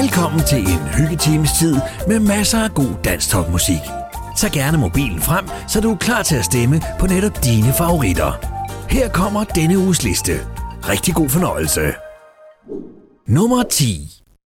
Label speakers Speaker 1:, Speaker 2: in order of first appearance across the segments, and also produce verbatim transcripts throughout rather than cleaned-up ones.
Speaker 1: Velkommen til en hyggetimes tid med masser af god dansktopmusik. Tag gerne mobilen frem, så du er klar til at stemme på netop dine favoritter. Her kommer denne uges liste. Rigtig god fornøjelse. Nummer ti.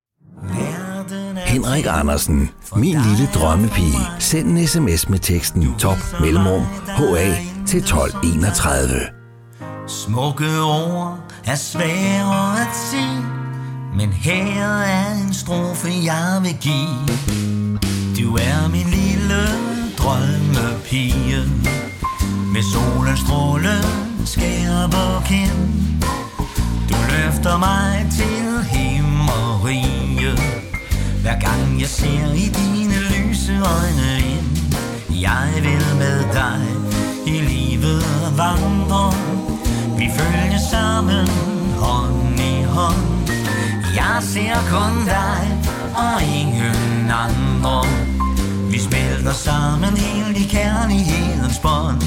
Speaker 1: Henrik Andersen, Min lille drømmepige. Send en sms med teksten top mellemrum H A til tolv enogtredive.
Speaker 2: Smukke ord er svære at sige, men her er en strofe jeg vil give. Du er min lille drømmepige, med solens stråle skærer på kind. Du løfter mig til himmeriget, hver gang jeg ser i dine lyse øjne ind. Jeg vil med dig i livet vandre, vi følger sammen hånd i hånd. Jeg ser kun dig og ingen andre, vi smelter sammen helt i kærlighedens bånd.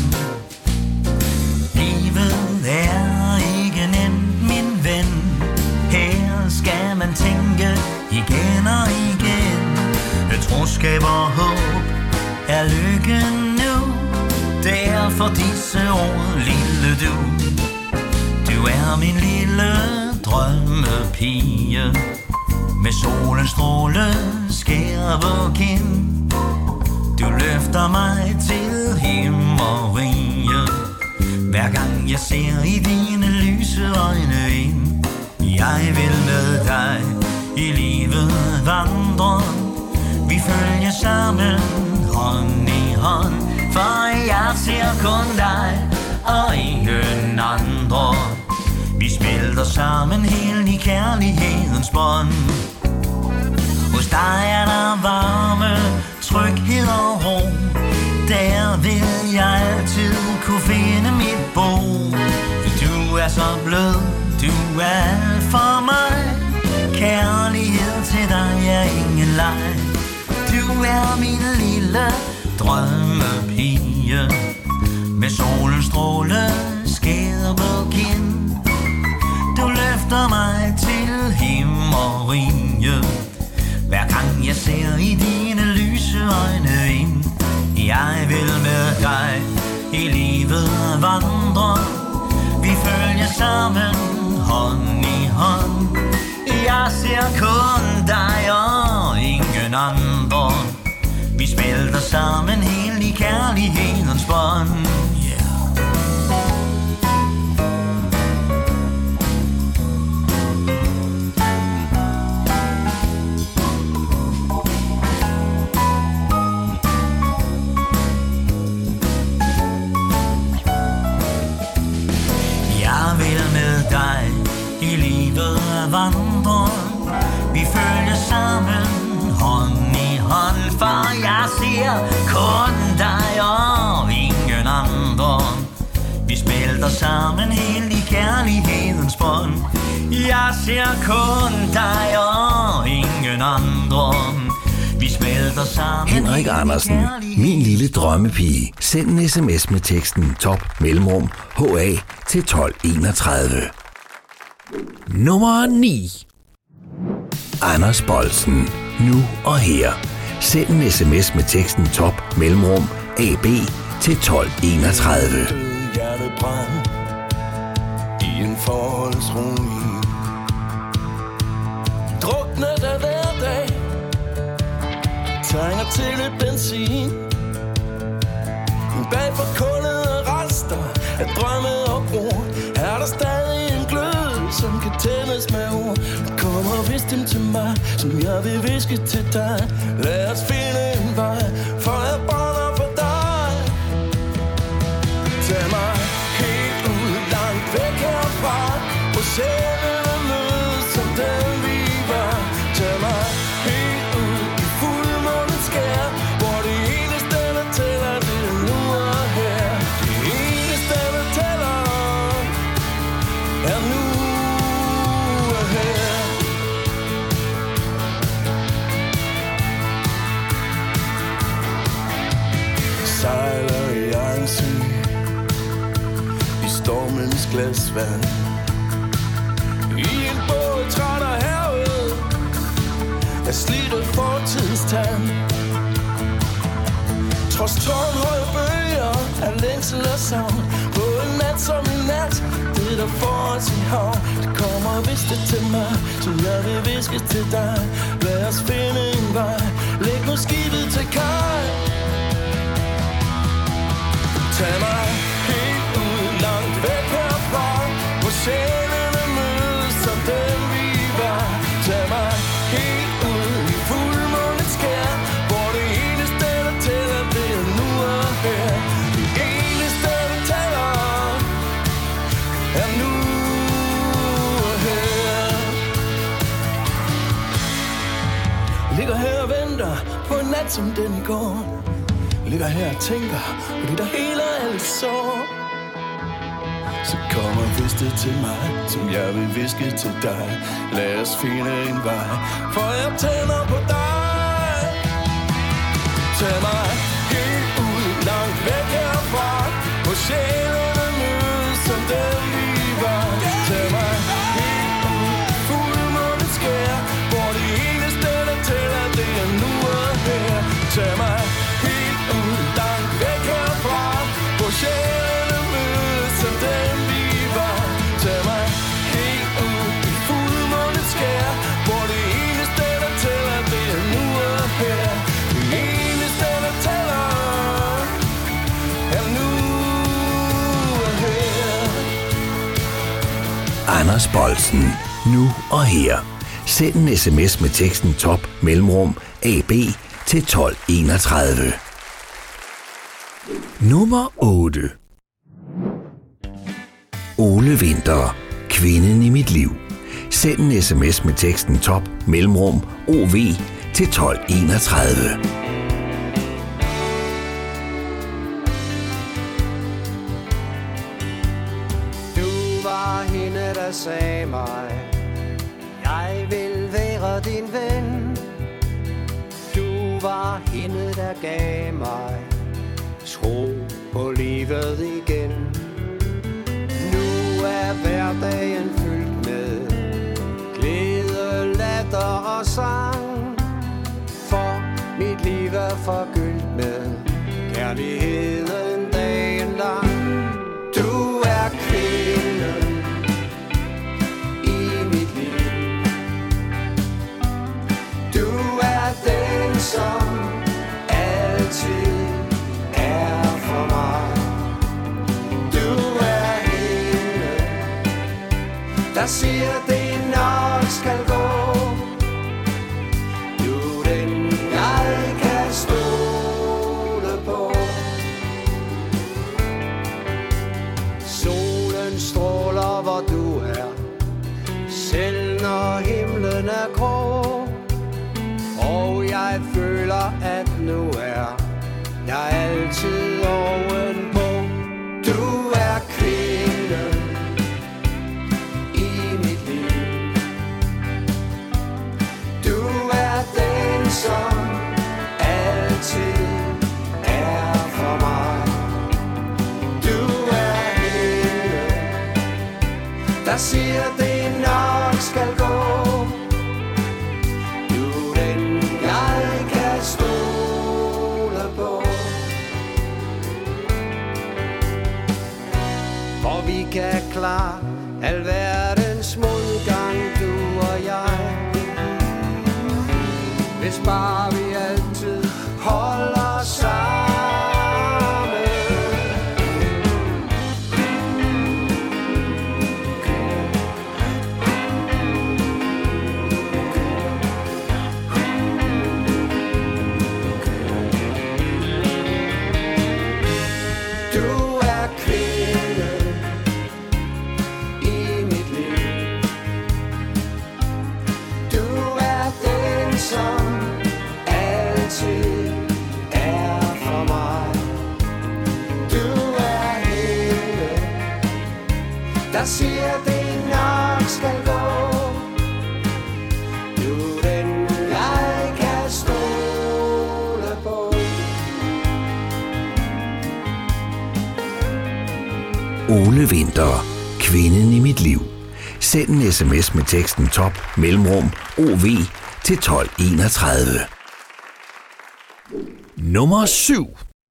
Speaker 2: Livet er ikke nemt, min ven. Her skal man tænke igen og igen. Troskab og håb er lykken nu. Derfor disse ord, lille du. Du er min lille drømmepige, med solens stråle skærer på kind. Du løfter mig til himmeriget, hver gang jeg ser i dine lyse øjne ind. Jeg vil med dig i livet vandre, vi følger sammen hånd i hånd. For jeg ser kun dig og ingen andre, vi smelter sammen helt i kærlighedens bånd. Hos dig er der varme, tryghed og ro. Der vil jeg altid kunne finde mit bo. Du er så blød, du er alt for mig. Kærlighed til dig er ingen leg. Du er min lille drømmepige, med solens stråle skærer på kind. Du løfter mig til himmeriget, hver gang jeg ser i dine lyse øjne ind. Jeg vil med dig i livet vandre, vi følger sammen hånd i hånd. Jeg ser kun dig og ingen andre, vi smelter sammen helt i kærlighedens bånd. Vandre, vi følger sammen hånd i hånd. For jeg ser kun dig og ingen andre, vi smelter sammen helt i kærlighedens bånd. Jeg ser kun dig og ingen andre, vi smelter sammen.
Speaker 1: Henrik Andersen, Min lille drømmepige. Send en sms med teksten top mellemrum H A til tolv enogtredive. Nummer ni. Anders Boldsen, Nu og Her. Send en sms med teksten top mellemrum A B til tolv enogtredive.
Speaker 3: Hjertebrand i en forholdsruin, drukner der hver dag, trænger til lidt benzin. Bag for kullede rester af drømme og ord, er der stadig en glød, som kan tændes med ord. Kom og vis dem til mig, som jeg vil viske til dig. Lad os finde en vej, for jeg brænder for dig. Tag mig helt ud, langt væk herfra, og selv mødes som den vi var. Tag mig helt ud i fuldmånens skær, hvor det eneste der tæller, det er nu og her. Det eneste der tæller er nu og her. Sejler i egen sø, i stormens glasvand, i en båd træt af havet, tand. Trods tårnhøje bøger af længsel og savn, på en nat som en nat, det der får os i havn. Det kommer og viske til mig, som jeg vil viske til dig. Lad os finde en vej, læg nu skibet til kaj. Tag mig helt ud, langt væk herfra, hvor sjælene mødes som den vi var. Tag mig helt ud i fuldmånens skær, hvor det eneste der tæller, det er nu og her. Det eneste der tæller er nu og her. Jeg ligger her og venter på en nat som den i går. Jeg ligger her og tænker på det der heler alt sår. Så kom og vis det til mig, som jeg vil viske til dig. Lad os finde en vej, for jeg tænder på dig. Tag mig helt ud, langt væk herfra, hvor sjælene mødes som den vi var. Tag mig helt ud, fuldmånens skær, hvor det eneste der tæller, det er nu og her. Tag mig helt ud, langt væk herfra, hvor sjælene mødes som den vi var. Tag mig helt ud i fuldmånens skær, hvor det eneste der tæller, det er nu og her. Det eneste der tæller er nu og her.
Speaker 1: Anders Boldsen. Nu og her. Send en sms med teksten top mellemrum A B til tolv enogtredive. Nummer otte. Ole Winther. Kvinden i mit liv. Send en sms med teksten top mellemrum O V til tolv enogtredive.
Speaker 4: Du var hende, der sagde mig, jeg vil være din ven. Du var hende, der gav mig tro på livet igen. Nu er hverdagen fyldt med glæde, latter og sang, for mit liv er forgyldt med kærligheden dagen lang. Du er kvinden i mit liv. Du er den, som altid er for mig. Du er hende, der siger det nok skal gå. Du er den, jeg kan stole på. Solen stråler, hvor du er, selv når himlen er grå. Og jeg føler, at nu er jeg altid ovenpå. Du er kvinden i mit liv. Du er den, som altid er for mig. Du er hende, der siger det nok skal gå. Vi kan klare al verdens modgang, du og jeg, hvis bare vi altid holder sammen. Du er kvinden i mit liv. Du er den, som altid er for mig. Du er hende, der siger det nok skal gå. Du er den, jeg kan stole på.
Speaker 1: Ole Winther. Kvinden i mit liv. Send en sms med teksten top mellemrum O V til tolv enogtredive. Nummer syv.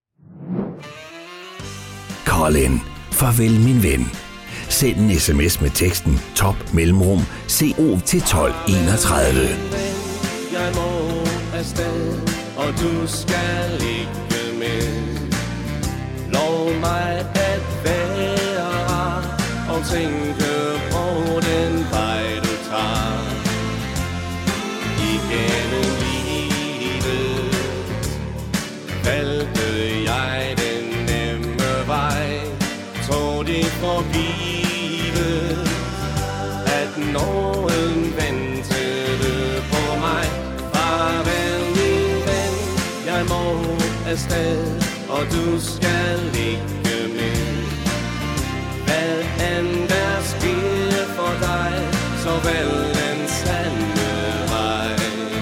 Speaker 1: Colin, farvel min ven. Send en sms med teksten top mellemrum C O til tolv enogtredive.
Speaker 3: Jeg må afsted, og du skal ikke med. Lov mig at være og tænke på den vej du tager. Igennem livet valgte jeg den nemme vej. Tog det for givet, at nogen ventede på mig. Farvel min ven, jeg må afsted, og du skal ikke med. Hvad end der sker for dig, så vel den sande vej.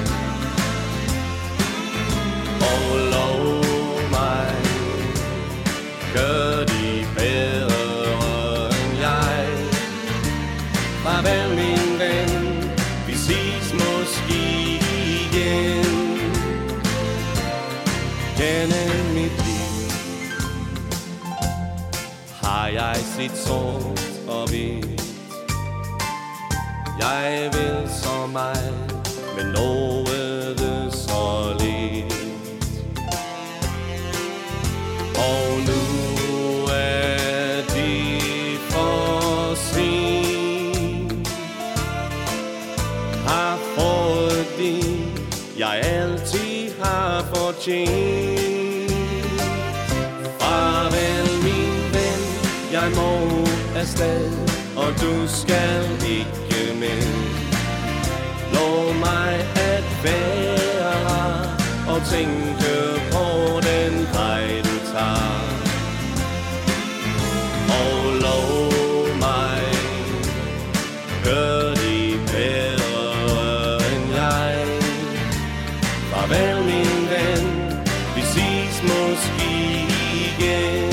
Speaker 3: Og lov mig, gør de bedre end jeg. Farvel min ven, vi ses måske igen. Gennem mit liv har jeg set sort og hvidt. Jeg vil så meget, men noget så lidt. Og nu er det for sent. Har fået det, jeg altid har fortjent. Farvel min ven, jeg må afsted, og du skal ikke med. Lov mig at være og tænke på den vej du tager. Og lov mig, gør det bedre end jeg. Farvel min ven, vi ses måske igen.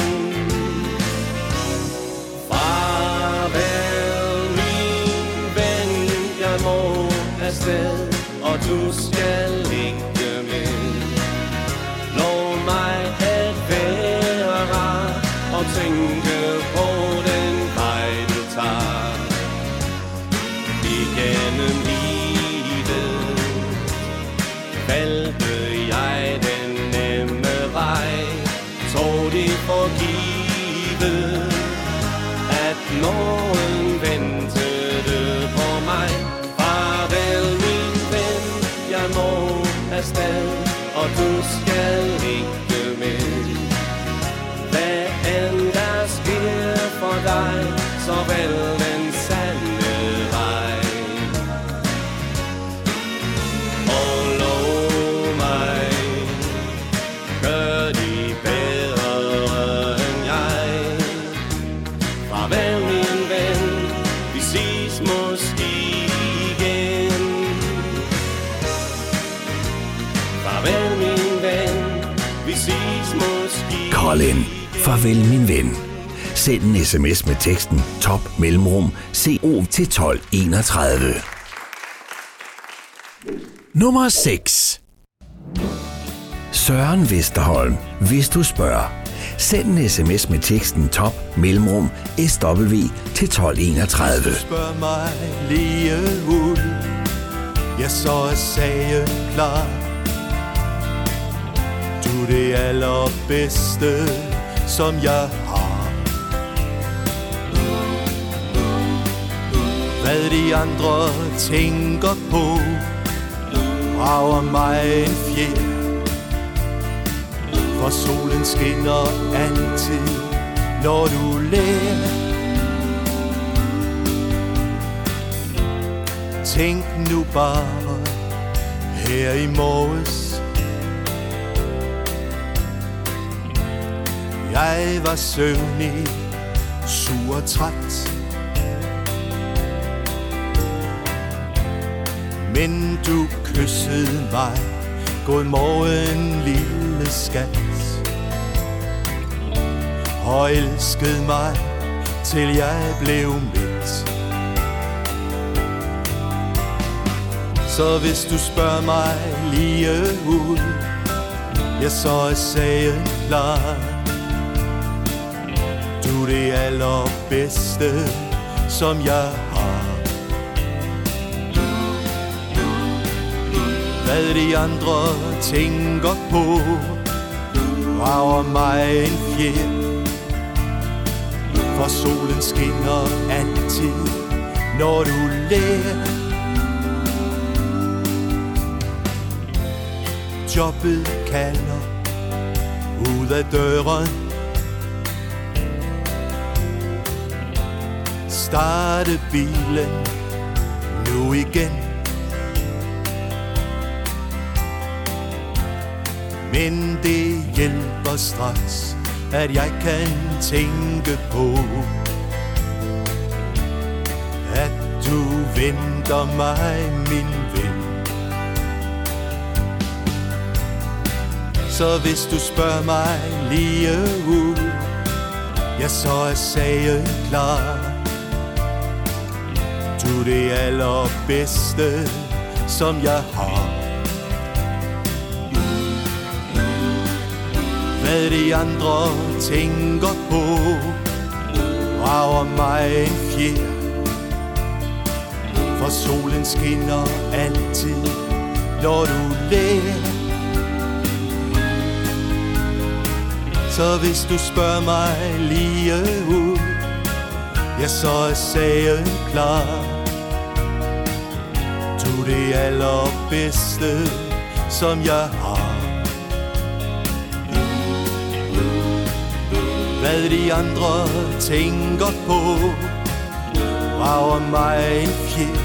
Speaker 3: Farvel min ven, jeg må afsted, og du skal ikke med. Lov mig at være og tænke på den vej du tager. Igennem livet valgte jeg den nemme vej. Tog det for givet, at nogen ventede på mig. Farvel min ven, jeg må afsted, og du skal ikke med. Hvad end der sker for dig, så vel den sande vej. Og lov mig, gør de bedre end jeg. Farvel min ven, vi ses måske igen. Farvel min ven, vi ses måske.
Speaker 1: Colin, farvel min ven. Send en sms med teksten top mellemrum C O til tolv enogtredive. Nummer seks. Søren Vesterholm, hvis du spørger. Send en sms med teksten top mellemrum S W til tolv enogtredive.
Speaker 5: Spørg mig lige ud, ja, så er sagen klar. Du er det allerbedste, som jeg har. Hvad de andre tænker på, rager mig en fjer. For solen skinner altid, når du ler. Tænk nu bare her i morges. Jeg var søvnig, sur og træt. Men du kyssede mig, god morgen lille skat. Og elskede mig, til jeg blev midt. Så hvis du spørger mig lige ud, ja, så er sagen klar. Du er det allerbedste, som jeg har. Hvad de andre tænker på, rager mig en fjer. For solen skinner altid, når du ler. Jobbet kalder ud af døren. Starte bilen nu igen. Men det hjælper straks, at jeg kan tænke på, at du venter mig, min ven. Så hvis du spørger mig lige ud, ja, så er sagen klar. Du er det allerbedste, som jeg har. Hvad de andre tænker på, rager mig en fjer. For solen skinner altid, når du ler. Så hvis du spørger mig lige ud, ja, så er sagen klar. Du er det allerbedste, som jeg har. Hvad de andre tænker på, rager mig en fjer.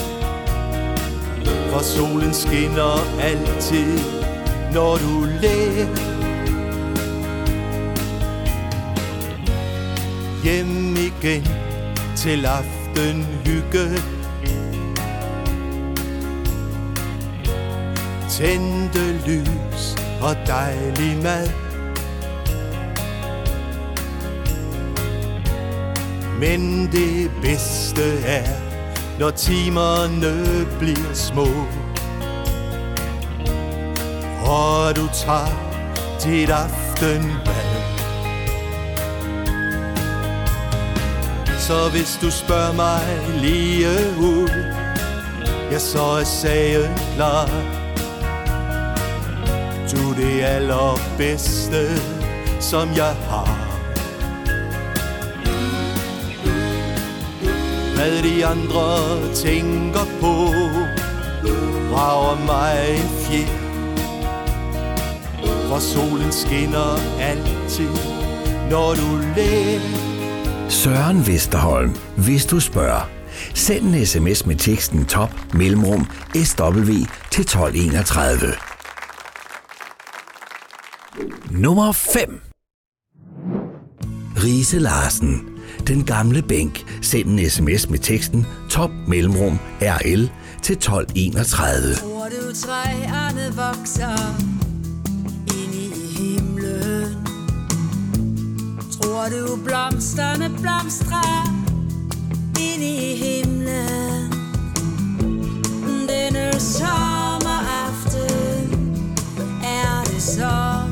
Speaker 5: For solen skinner altid, når du ler. Hjem igen til aftenhygge. Tændte lys og dejlig mad. Men det bedste er, når timerne bliver små, og du tager dit aftenbad. Så hvis du spørger mig lige ud, ja, så er sagen klar. Du er det allerbedste, som jeg har. Hvad de andre tænker på, rager mig en fjer. For solen skinner altid, når du ler.
Speaker 1: Søren Vesterholm, hvis du spørger. Send en sms med teksten top mellemrum S W til tolv enogtredive. Nummer fem. Riise Larsen. Den gamle bænk. Send en sms med teksten top mellemrum R L til tolv enogtredive.
Speaker 6: Tror du træerne vokser ind i himlen? Tror du blomsterne blomstrer ind i himlen? Denne sommeraften er det som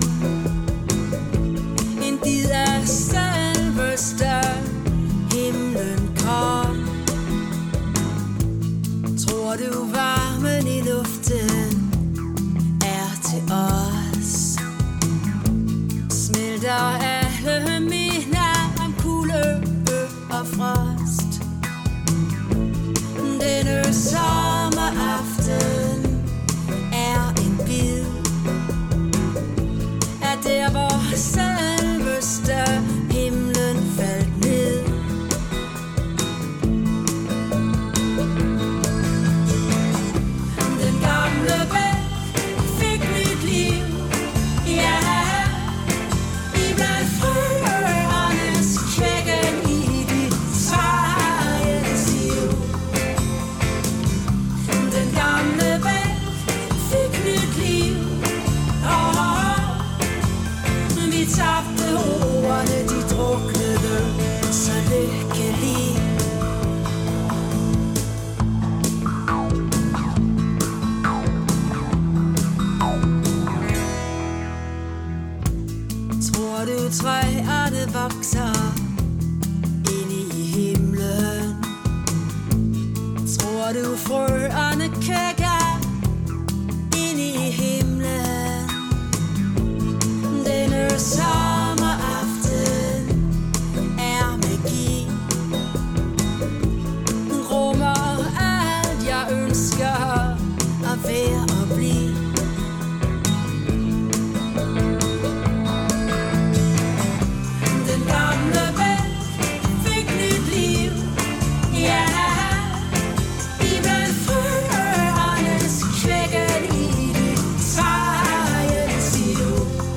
Speaker 6: en bid af selveste himlen kom. Tror du varmen i luften er til os? Smelter alle mine om kulde og frost. Denne sommeraften er en bid af der hvor selveste himlen faldt ned. Tror du frøerne kækker ind i himlen? Denne sommeraften er magi. Rummer alt jeg ønsker at være og blive. Den gamle væg fik nyt liv. Ja, iblandt frøernes kvækken i det svejende siv.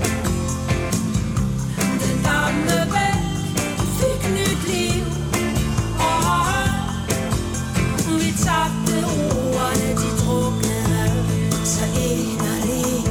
Speaker 6: Den gamle væg fik nyt liv. Og vi tabte ordene, de druknede så inderligt.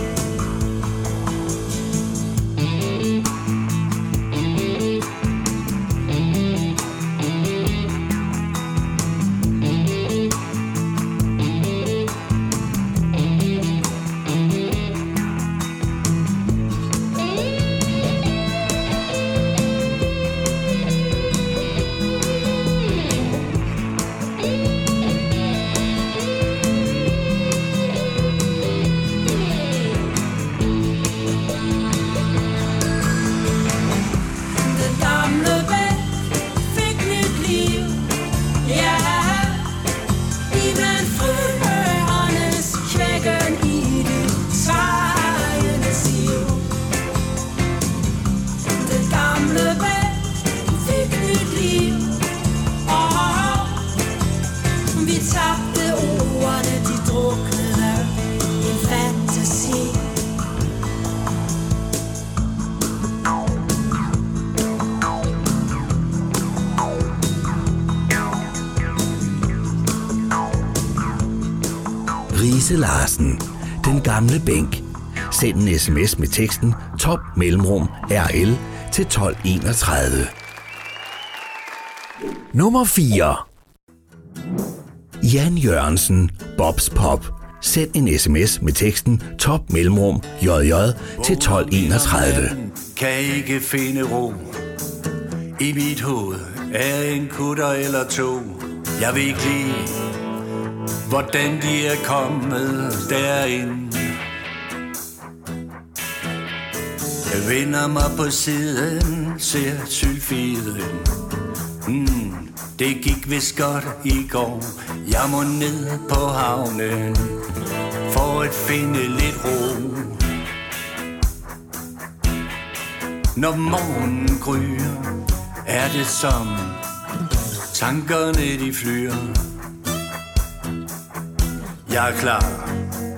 Speaker 6: Den gamle væg fik nyt liv. Ja, iblandt frøernes kvækken i det svejende siv. Den gamle væg fik nyt liv. Og vi tabte ordene, de druknede en fantasi.
Speaker 1: Riise Larsen, Den gamle bænk. Send en sms med teksten top mellemrum R L til tolv enogtredive. Nummer fire. Jan Jørgensen, Bobs Pop. Send en sms med teksten top mellemrum J J til tolv enogtredive.
Speaker 7: Kan ikke finde ro. I mit hoved er en kutter eller to. Jeg ved ikke lige, hvordan de er kommet derind. Jeg vender mig på siden, ser sylfiden. Mm, det gik vist godt i går. Jeg må ned på havnen for at finde lidt ro. Når morgenen gryer, er det som tankerne de flyr. Jeg er klar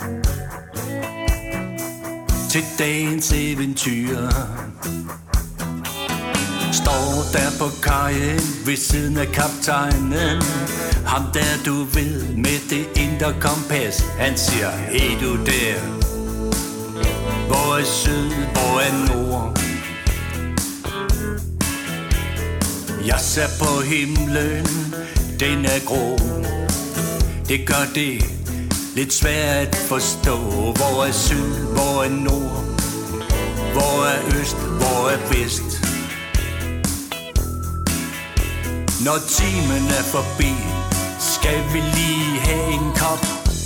Speaker 7: til dagens eventyr. Står der på kajen ved siden af kaptajnen. Ham der du ved med det indre kompas. Han siger, hey du der, hvor er syd, hvor er nord? Jeg ser på himlen, den er grå. Det gør det lidt svært at forstå. Hvor er syd, hvor er nord? Hvor er øst, hvor er vest? Når timen er forbi, skal vi lige have en kop.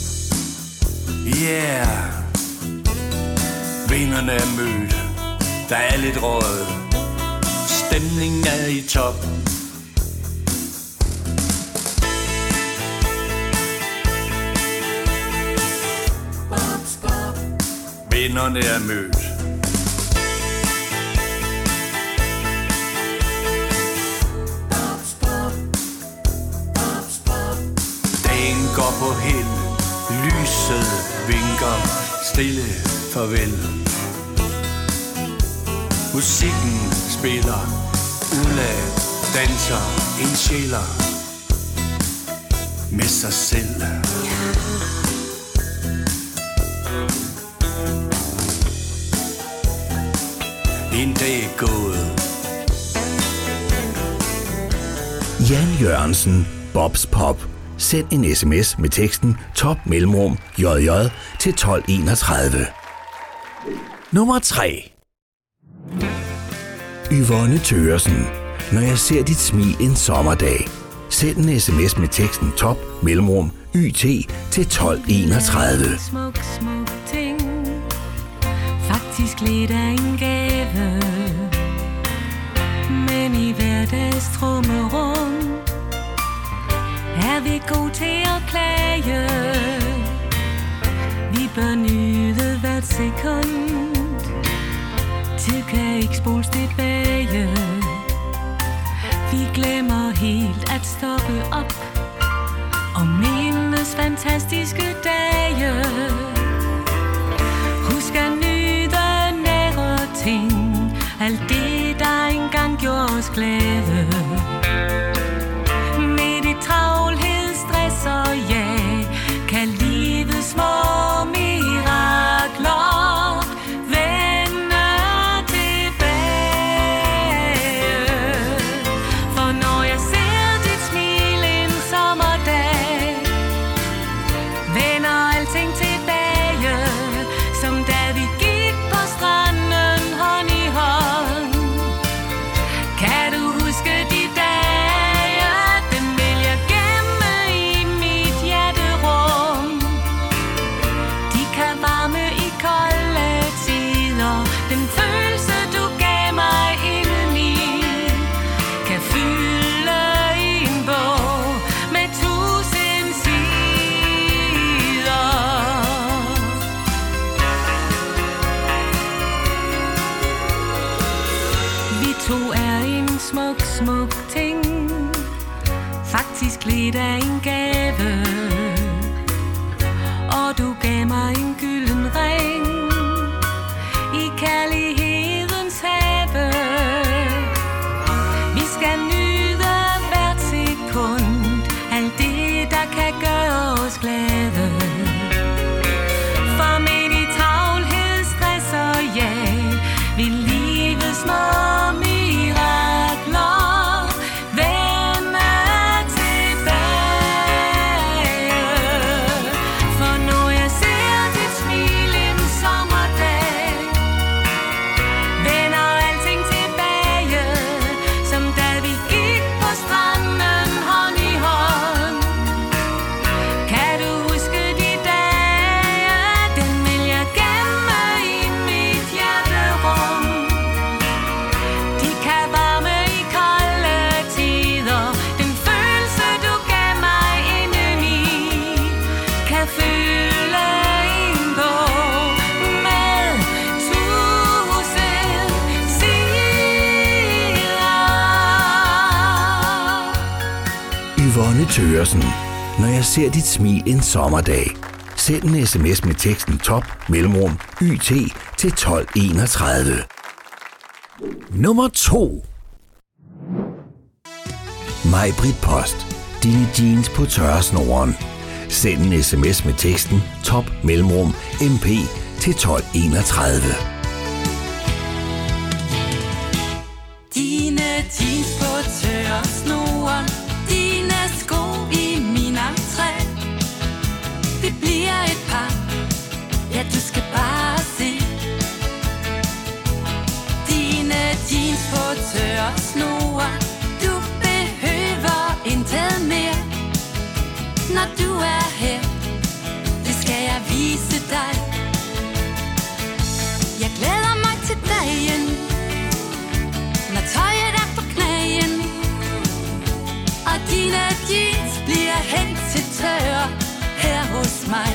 Speaker 7: Yeah. Vinderne er mødt, der er lidt røget. Stemningen er i top. Vinderne er mødt. Dagen går på held, lyset vinker stille farvel. Musikken spiller, Ulla danser, en sjæler med sig selv. En dag er gået.
Speaker 1: Jan Jørgensen, Bobs Pop. Send en sms med teksten top mellemrum J J til tolv enogtredive. Nummer tre. Yvonne Thøgersen. Når jeg ser dit smil en sommerdag. Send en sms med teksten top mellemrum Y T til tolv enogtredive.
Speaker 8: Smuk, smuk ting. Faktisk lidt af en gave. Men i hverdags trummerum er vi gode til at klage. Vi bør nyde hvert sekund. Tid kan ikke spoles tilbage. Vi glemmer helt at stoppe op og mindes fantastiske dage. Husk at nyde nære ting, alt det der engang gjorde os glade. Midt i travlhed, stress og jag kan livets små mirakler vende tilbage. For når jeg ser dit smil en sommerdag, vender alting tilbage, som da vi gik på stranden hånd i hånd. Kan du huske de dage, dem vil jeg gemme i mit hjerterum. De kan varme i kolde tider, den følelse du gav mig indeni, kan fylde en bog med tusind sider. Vi to er en smuk, smuk ting. Faktisk lidt af en gave. Og du gav mig en gylden ring i kærlighedens have. Vi skal nyde hvert sekund, alt det der kan gøre os glade. For midt i travlhed, stress og jag vil livets små mirakler vende tilbage. For når jeg ser dit smil en sommerdag, vender alting tilbage, som da vi gik på stranden hånd i hånd. Kan du huske de dage, den vil jeg gemme i mit hjerterum. De kan varme i kolde tider, den følelse du gav mig indeni, kan fylde en bog med tusind sider.
Speaker 1: Yvonne Thøgersen. Når jeg ser dit smil en sommerdag. Send en sms med teksten top mellemrum Y T til tolv enogtredive. Nummer to. Maj-Britt Post. Dine jeans på tørresnoren. Send en sms med teksten top mellemrum M P til tolv enogtredive.
Speaker 6: Dine jeans på tørresnoren, dine sko i min entré. Vi bliver et par, ja du skal bare se. Dine jeans på tørresnoren, du behøver intet mere. Når du er her, det skal jeg vise dig. Jeg glæder mig til dagen, når tøjet er på knæen, og dine jeans bliver hængt til tørre her hos mig.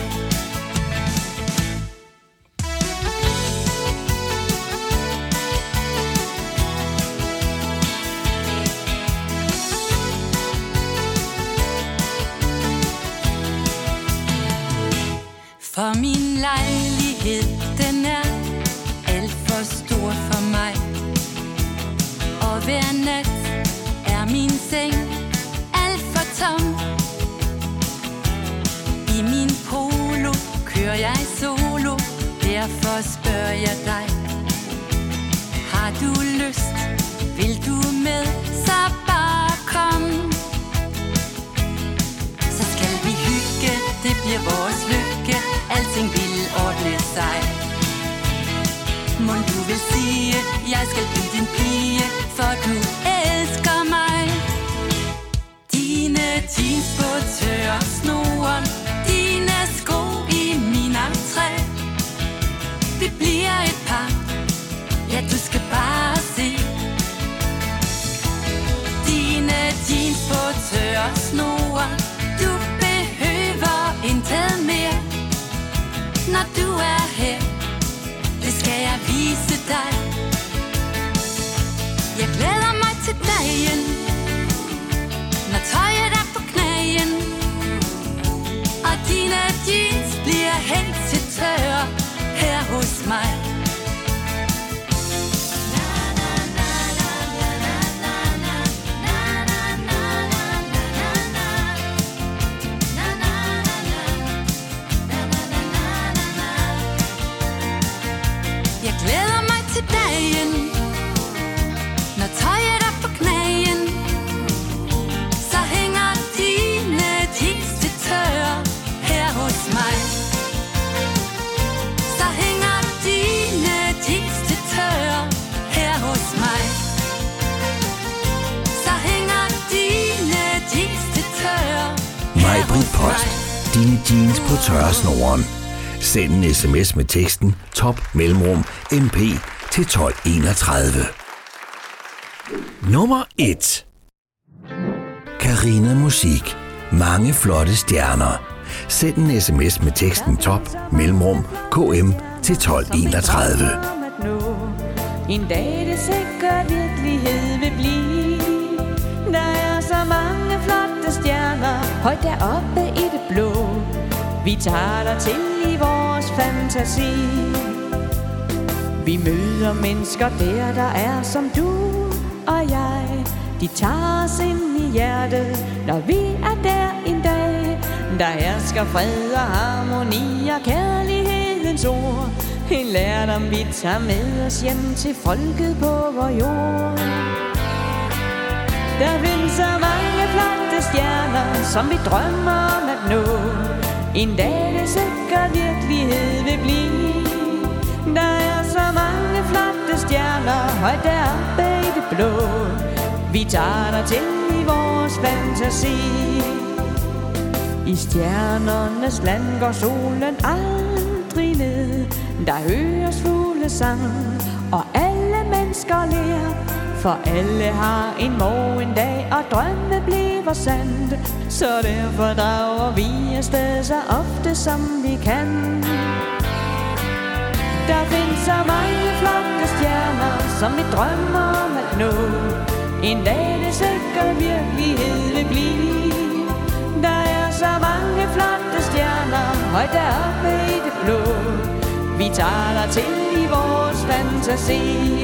Speaker 6: For min lejlighed, den er alt for stor for mig. Og hver nat er min seng alt for tom. I min polo kører jeg solo, derfor spørger jeg dig. Har du lyst? Vil du med? Så bare kom. Så skal vi hygge, det bliver vores lykke. Alting vil ordne sig. Må du vil sige, jeg skal blive din pige, for du elsker mig. Dine
Speaker 1: Hurtig post. Dine jeans på tørre snoren. Send en sms med teksten top mellemrum mp til tolv enogtredive. Nummer et. Karina Musik. Mange flotte stjerner. Send en sms med teksten top mellemrum km til tolv enogtredive.
Speaker 9: En dag det sikkert virkelighed vil blive. Der er så mange flotte stjerner højt deroppe i det blå. Vi tager dig til i vores fantasi. Vi møder mennesker der, der er som du og jeg. De tager os ind i hjertet, når vi er der en dag. Der hersker fred og harmoni og kærlighedens ord. En lærdom vi tager med os hjem til folket på vor jord. Der findes så mange flotte stjerner, som vi drømmer om at nå. En dag det sikkert virkelighed vil blive. Der er så mange flotte stjerner højt deroppe i det blå. Vi tager dig til i vores fantasi. I stjernernes land går solen aldrig ned. Der høres fuglesang, og alle mennesker ler. For alle har en morgen dag, og drømme bliver sandt. Så derfor drager vi afsted så ofte som vi kan. Der findes så mange flotte stjerner, som vi drømmer om at nå. En dag det sikkert virkelighed vil blive. Der er så mange flotte stjerner højt deroppe i det blå. Vi tager dig til i vores fantasi.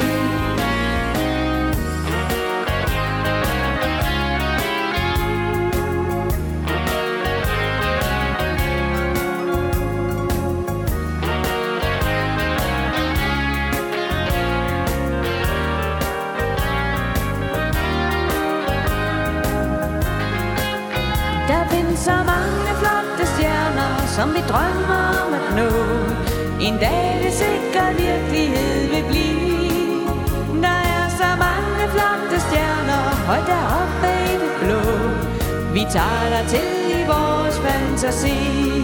Speaker 9: Så mange flotte stjerner, som vi drømmer om at nå. En dag det sikkert virkelighed vil blive. Der er så mange flotte stjerner højt deroppe i det blå. Vi tager dig til i vores fantasi.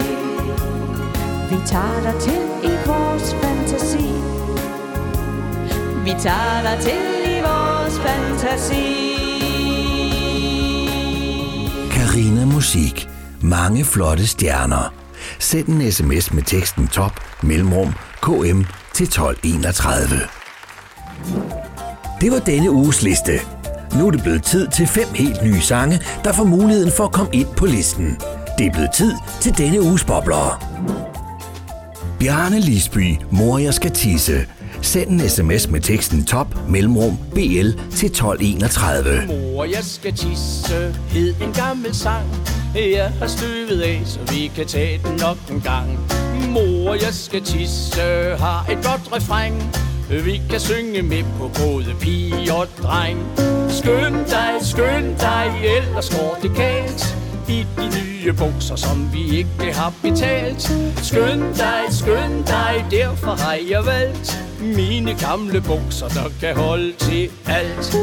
Speaker 9: Vi tager dig til i vores fantasi. Vi tager dig til i vores fantasi.
Speaker 1: Karina Musik. Mange flotte stjerner. Send en sms med teksten top mellemrum km til tolv enogtredive. Det var denne uges liste. Nu er det blevet tid til fem helt nye sange, der får muligheden for at komme ind på listen. Det er blevet tid til denne uges bobler. Bjarne Lisby, Mor jeg skal tisse. Send en sms med teksten top mellemrum bl til tolv enogtredive.
Speaker 10: Mor jeg skal tisse hed en gammel sang. Jeg har støvet af, så vi kan tage den nok en gang. Mor jeg skal tisse har et godt refræng. Vi kan synge med på både pige og dreng. Skynd dig, skynd dig, ellers går det galt. I de nye bukser, som vi ikke har betalt. Skynd dig, skynd dig, derfor har jeg valgt mine gamle bukser, der kan holde til alt.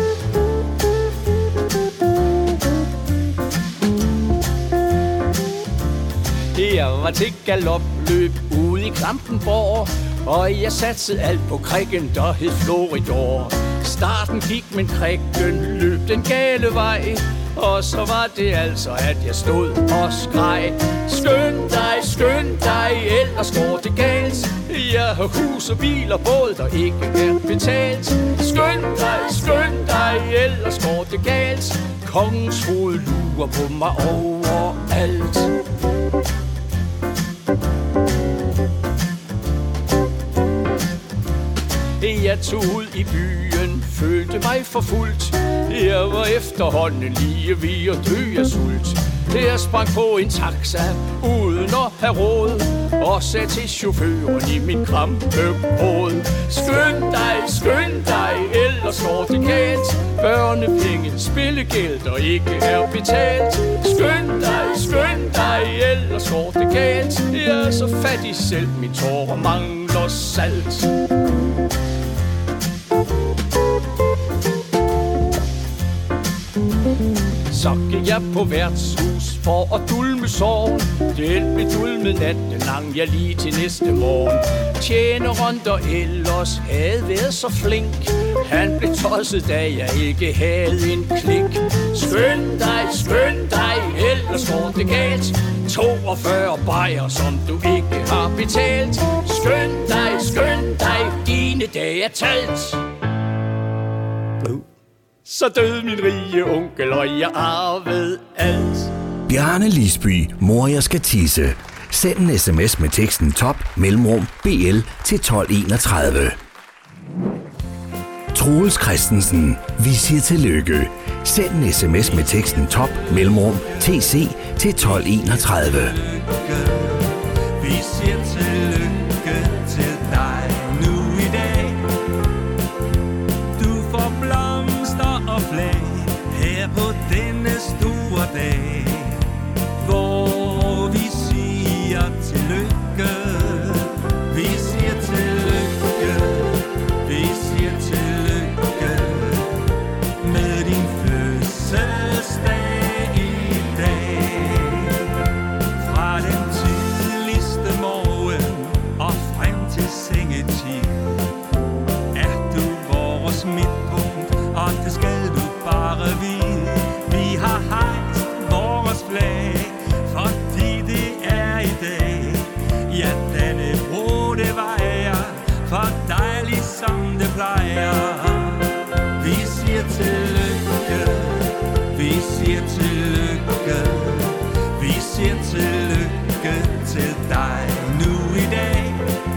Speaker 10: Jeg var til galopløb ude i Klampenborg, og jeg satsede alt på krikken, der hed Floridor. Starten gik, men krikken løb den gale vej. Og så var det altså, at jeg stod og skreg. Skynd dig, skynd dig, ellers går det galt. Jeg har hus og bil og båd, der ikke er betalt. Skynd dig, skynd dig, ellers går det galt. Kongens hoved lurer på mig overalt. Jeg tog ud i byen, følte mig forfulgt. Jeg var efterhånden lige ved at dø af sult. Jeg sprang på en taxa uden at have råd, og sagde til chaufføren i min krampebrød: Skynd dig, skynd dig, ellers går det galt. Børnepenge, spillegæld, der ikke er betalt. Skynd dig, skynd dig, ellers går det galt. Jeg er så fattig selv, min tårer mangler salt. Så gik jeg på værtshus for at dulme sorgen. Den bedulmede natten lang, jeg lige til næste morgen. Tjeneren, der ellers havde været så flink, han blev tosset, da jeg ikke havde en klik. Skynd dig, skynd dig, ellers går det galt. toogfyrre bajer, som du ikke har betalt. Skynd dig, skynd dig, dine dage er talt. Så døde min rige onkel, og jeg arvede alt.
Speaker 1: Bjarne Lisby, mor jeg skal tisse. Send en sms med teksten top mellemrum B L til tolv enogtredive. Troels Christensen, vi siger tillykke. Send en sms med teksten top mellemrum T C til tolv enogtredive.
Speaker 3: Vi siger tillykke til dig nu i dag. Du får blomster og flag her på denne store dag, hvor vi siger tillykke. Vi siger tillykke. Vi siger tillykke med din fødselsdag i dag. Fra den tidligste morgen og frem til sengetid er du vores midtpunkt, og det skal du bare vide. Vi har hejst vores flag, fordi det er i dag. Ja, Dannebrog det vejer for dig, ligesom det plejer. Vi siger tillykke. Vi siger tillykke. Vi siger tillykke til dig nu i dag.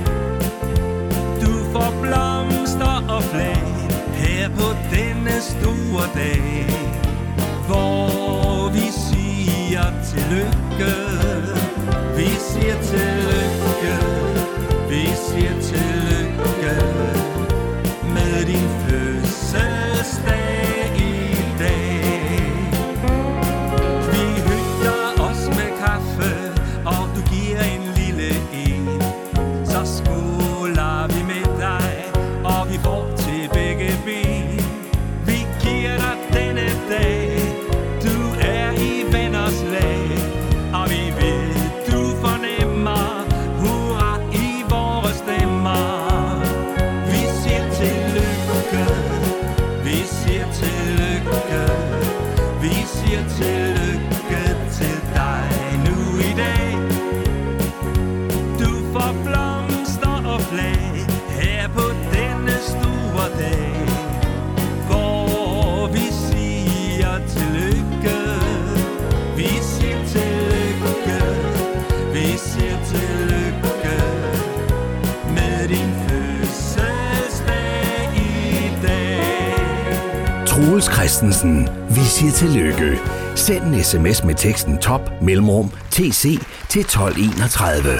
Speaker 3: Du får blomster og flag her på denne store dag, hvor vi siger tillykke. Vi siger tillykke. Vi siger tillykke med din fødselsdag i dag. Vi hygger os med kaffe, og du giver en lille en. Så skåler vi med dig, og vi får til begge ben. Vi giver dig denne dag, du er i venners lag, og vi ved, du fornemmer hurra i vores stemmer. Vi siger tillykke. Vi siger tillykke. Vi siger tillykke til dig nu i dag. Du får blomster og flag her på denne store dag, hvor vi siger tillykke. Vi siger tillykke. Vi siger tillykke med din fødselsdag i dag.
Speaker 1: Troels Christensen, vi siger tillykke. Send en sms med teksten top mellemrum T C til tolv enogtredive.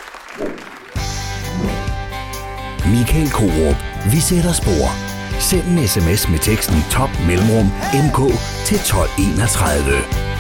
Speaker 1: Michael Korup, vi sætter spor. Send en sms med teksten top mellemrum M K til tolv enogtredive.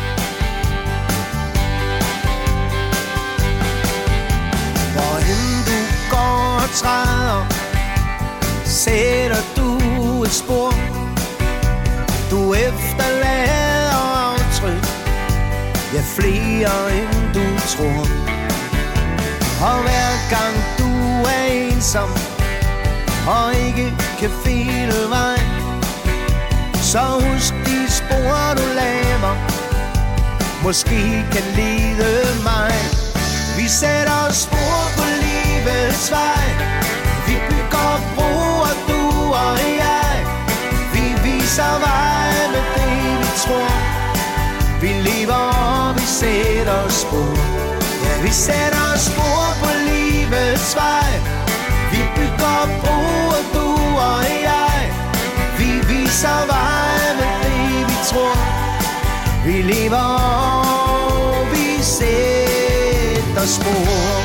Speaker 3: Hvorhen du går og træder, sætter du et spor. Du efterlader aftryk, ja, flere end du tror. Og hver gang du er ensom og ikke kan finde vej, så husk de spor du laver, måske kan lede mig. Vi sætter spor på livets vej, vi bygger broer, du og jeg. Vi viser vej med det vi tror, vi lever og vi sætter spor. Ja, vi sætter spor på livets vej, vi bygger broer, du og jeg. Vi viser vej med det vi tror, vi lever og vi sætter spor.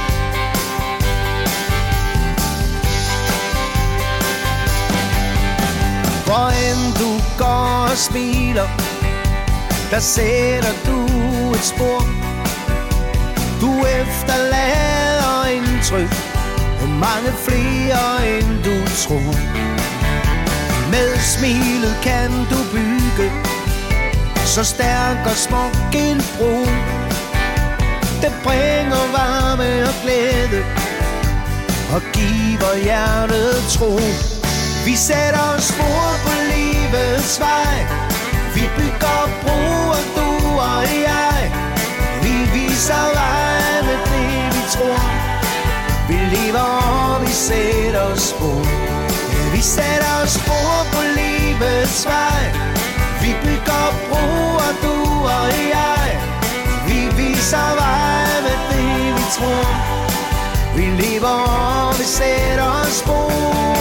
Speaker 3: Hvor end du går og smiler, der sætter du et spor. Du efterlader indtryk, mange flere end du tror. Med smilet kan du bygge så stærk og smuk en bro. Det bringer varme og glæde og giver hjertet tro. Vi sætter spor på livets vej. Vi bygger broer, du og jeg. Vi viser vej med det vi tror. Vi lever og vi sætter spor. Vi sætter spor på livets vej. Vi bygger broer, du og jeg. Vi viser vej med det vi tror. Vi lever og vi sætter spor.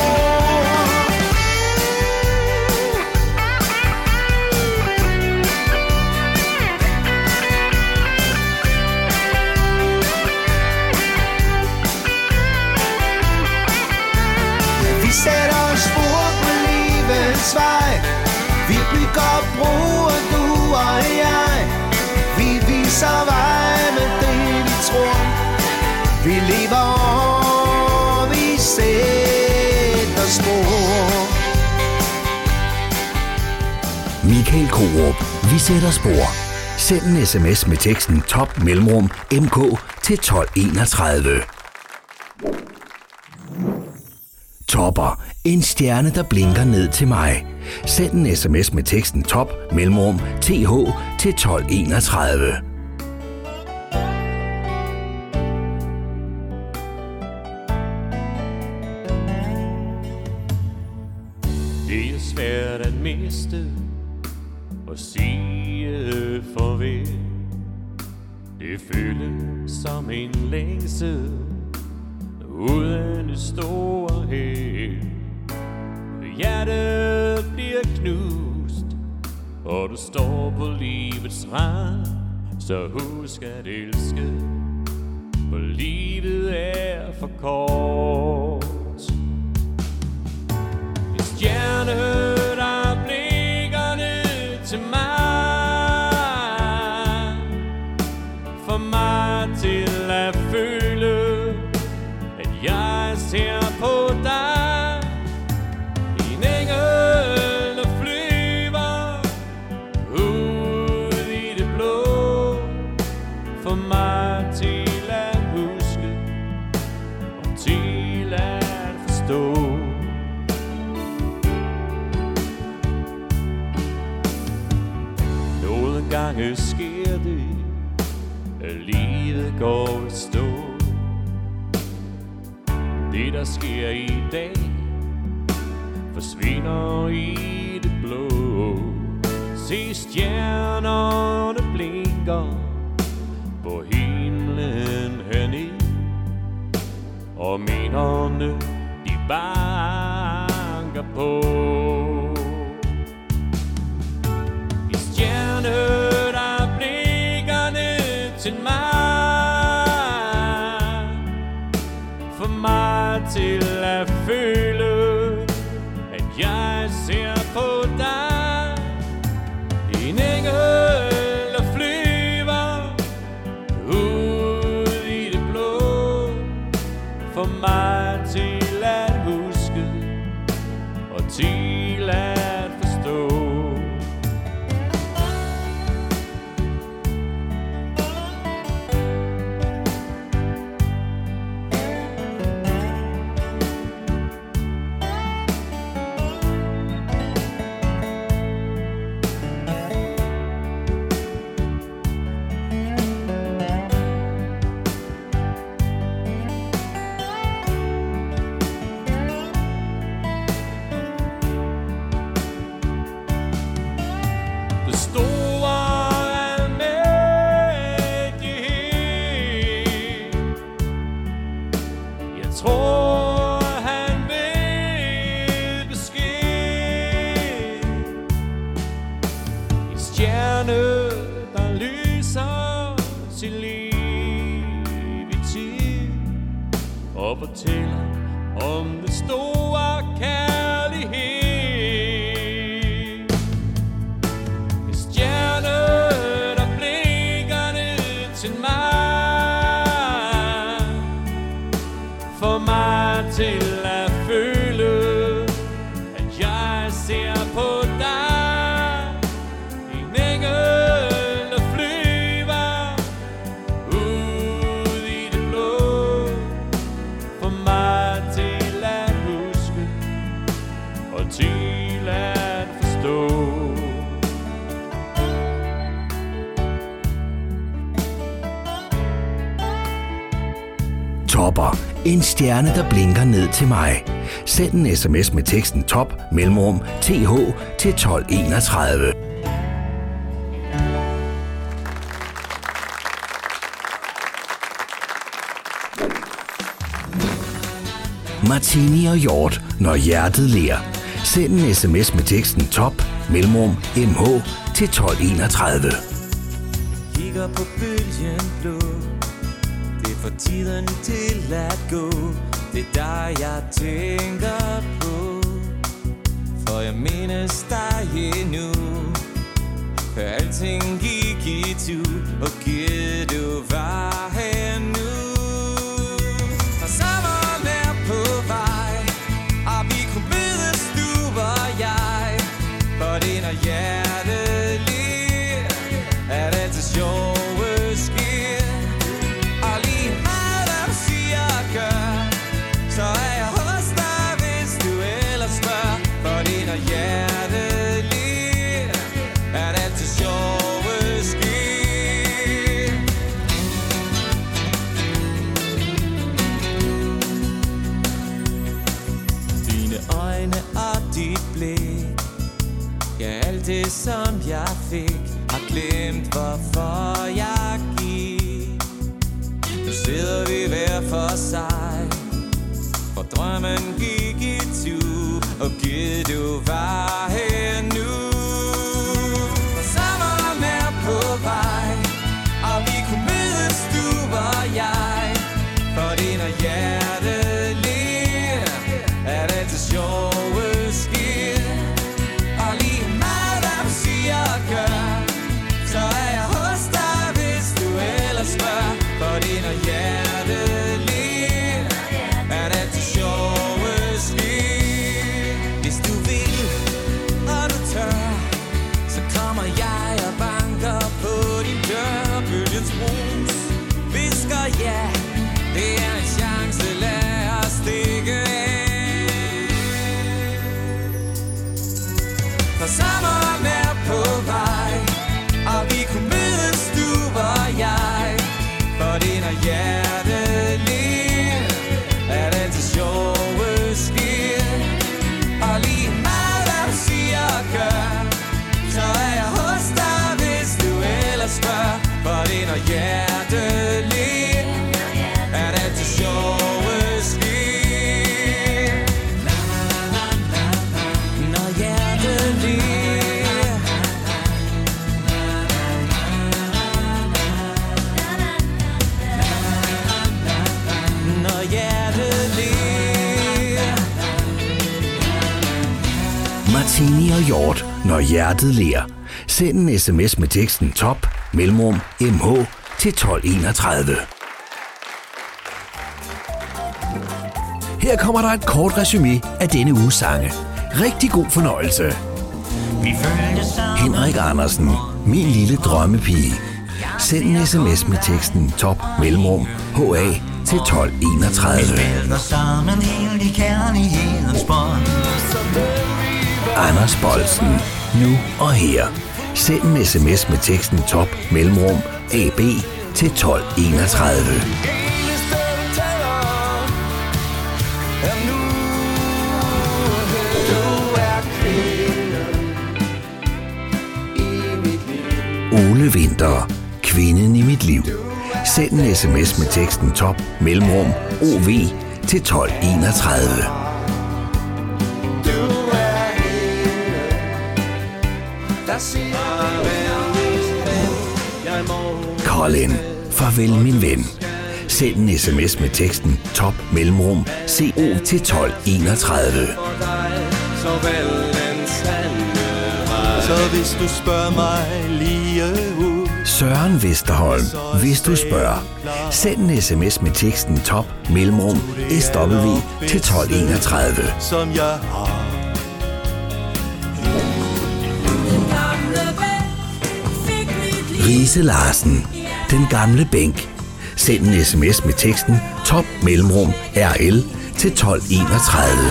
Speaker 3: Vi sætter spor på livets vej. Vi bygger broer, du og jeg. Vi viser vej med det vi tror. Vi lever og vi sætter spor.
Speaker 1: Michael Korup, vi sætter spor. Send en sms med teksten top mellemrum M K til tolv enogtredive. Topper, en stjerne der blinker ned til mig. Send en sms med teksten top mellemrum T H til tolv enogtredive.
Speaker 5: Det er svært at miste og sige farvel. Det føles som en længsel uden det store held. Hjertet bliver knust, og du står på livets rand. Så husk at elske, for livet er for kort. En stjerne, der blinker ned til mig, for mig til at føle, at jeg ser på dig. En engel, der flyver ud i det blå, for mig til at huske og til at forstå. Nogle gange sker det, at livet går i stå. Det der sker i dag forsvinder i det blå. Se stjernerne blinker på himlen hernede, og minderne de banker på. En stjerne der blinker ned til mig, for mig til at føle, at jeg ser på dig. En engel, der flyver ud i det blå, for mig til at huske og til at forstå. Og fortæller om den store kærlighed. En stjerne, der blinker ned til mig, for mig til at føle, at jeg ser på dig. En engel,
Speaker 1: Topper. En stjerne, der blinker ned til mig. Send en sms med teksten top mellemrum th til tolv enogtredive. Martini og Hjort, når hjertet ler. Send en sms med teksten top mellemrum mh til tolv enogtredive.
Speaker 11: Kigger på bølgen blå, det får tiden til at gå. Det er dig jeg tænker på, for jeg mindes dig endnu. For alting gik i tu, og givet du var her nu. Og sommeren er på vej, og vi kunne mødes du og jeg. For det når hjertet ler, er det altid sjove sker. Og lige meget hvad du siger og gør, så er jeg hos dig, hvis du ellers spørger. For det når hjertet ler, er det altid sjove sker. Dine øjne og dit blik, ja alt det som jeg fik, har glemt hvorfor jeg gik. Nu sidder vi hver for sig, for drømmen gik i tu, og givet du var her nu. For sommeren er på vej, og vi kunne mødes du og jeg. For det når hjertet ler, er det altid sjove sker. Og lige meget hvad du siger og gør, så er jeg hos dig, hvis du ellers spørger. For det når hjertet ler, er det altid sjove sker. Hvis du vil, og du tør, så kommer jeg og banker på din dør. Bølgens brus visker ja, det er en chance, lad os stikke af. For sommeren er på vej, og vi kunne mødes du og jeg. For det når hjertet ler, er det altid sjove sker. Og lige meget hvad du siger og gør, så er jeg hos dig, hvis du ellers spørger. For det når hjertet ler, er det altid sjove sker. Når hjertet ler, når hjertet ler.
Speaker 1: Martini og Hjort, når hjertet ler. Send en sms med teksten top mellemrum mh til tolv enogtredive. Her kommer der et kort resumé af denne uges sange. Rigtig god fornøjelse.
Speaker 2: Vi følte sammen.
Speaker 1: Henrik Andersen, min lille drømmepige. Send en sms med teksten top mellemrum ha til tolv enogtredive.
Speaker 2: Vi spiller sammen helt i kærlighedens bånd.
Speaker 1: Anders Boldsen, nu og her. Send en sms med teksten top mellemrum ab til tolv enogtredive. Ole Winther, kvinden i mit liv. Send en sms med teksten top mellemrum ov til tolv enogtredive. Colin, farvel min ven. Send en sms med teksten top mellemrum co til tolv enogtredive.
Speaker 3: Så hvis du spørger mig lige ud.
Speaker 1: Søren Vesterholm, hvis du spørger. Send en sms med teksten top mellemrum sw til tolv enogtredive.
Speaker 3: Som jeg har.
Speaker 1: Riese Larsen, den gamle bænk. Send en sms med teksten top mellemrum rl til tolv enogtredive.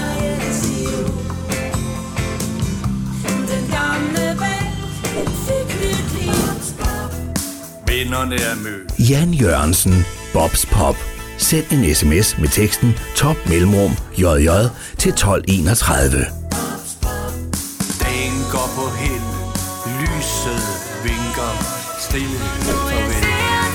Speaker 7: Vennerne er mødt.
Speaker 1: Jan Jørgensen, Bobs Pop. Send en sms med teksten top mellemrum J J til tolv enogtredive.
Speaker 7: Dagen går på held, lyset vinker, stille farvel.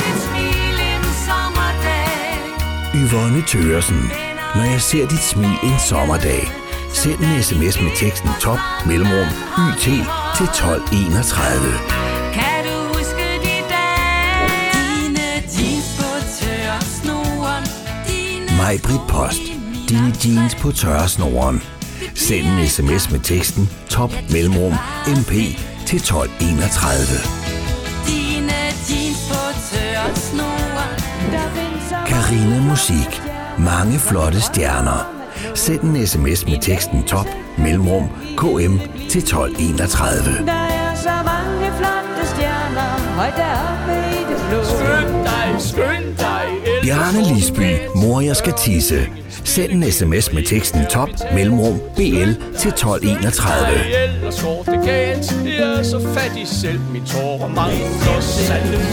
Speaker 1: Yvonne Thøgersen. Når jeg ser dit smil en sommerdag. Send en sms med teksten top mellemrum Y T til tolv enogtredive.
Speaker 6: Kan du huske de dage? Dine jeans på tørresnoren.
Speaker 1: Maj-Brit Post. Dine jeans på tørresnoren. Send en sms med teksten top mellemrum M P til tolv enogtredive.
Speaker 6: Dine jeans på tørresnoren.
Speaker 1: Karina Musik. Mange flotte stjerner. Send en sms med teksten top mellemrum K M til tolv enogtredive.
Speaker 9: Der er så mange flotte stjerner højt deroppe i det blå.
Speaker 10: Skynd dig, skynd dig.
Speaker 1: Bjarne Lisby. Mor, jeg skal tisse. Send en sms med teksten top mellemrum B L til tolv enogtredive.
Speaker 10: Ellers går det galt. Jeg er så fattig selv. Min tårer mangler salt.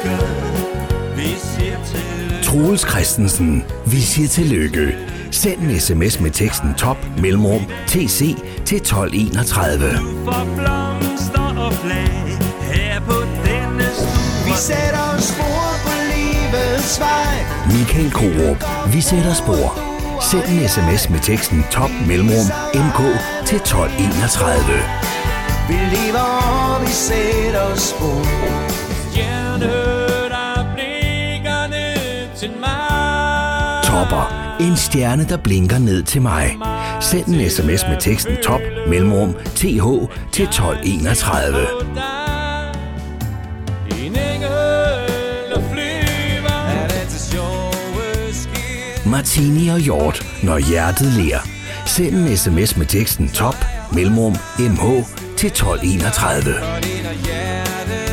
Speaker 1: Troels Christensen. Vi siger tillykke. Send en sms med teksten top mellemrum T C til tolv enogtredive.
Speaker 3: For blomster og flag her på denne stue. Vi sætter spor på livets vej.
Speaker 1: Michael Korup. Vi sætter spor. Send en sms med teksten top mellemrum M K til tolv enogtredive.
Speaker 3: Vi lever og vi sætter spor.
Speaker 5: Stjerne, der blikker ned til mig.
Speaker 1: Topper. En stjerne, der blinker ned til mig. Send en sms med teksten top mellemrum T H til tolv enogtredive. Martini og Hjort. Når hjertet ler. Send en sms med teksten top mellemrum M H til tolv enogtredive.
Speaker 11: Når det er hjertet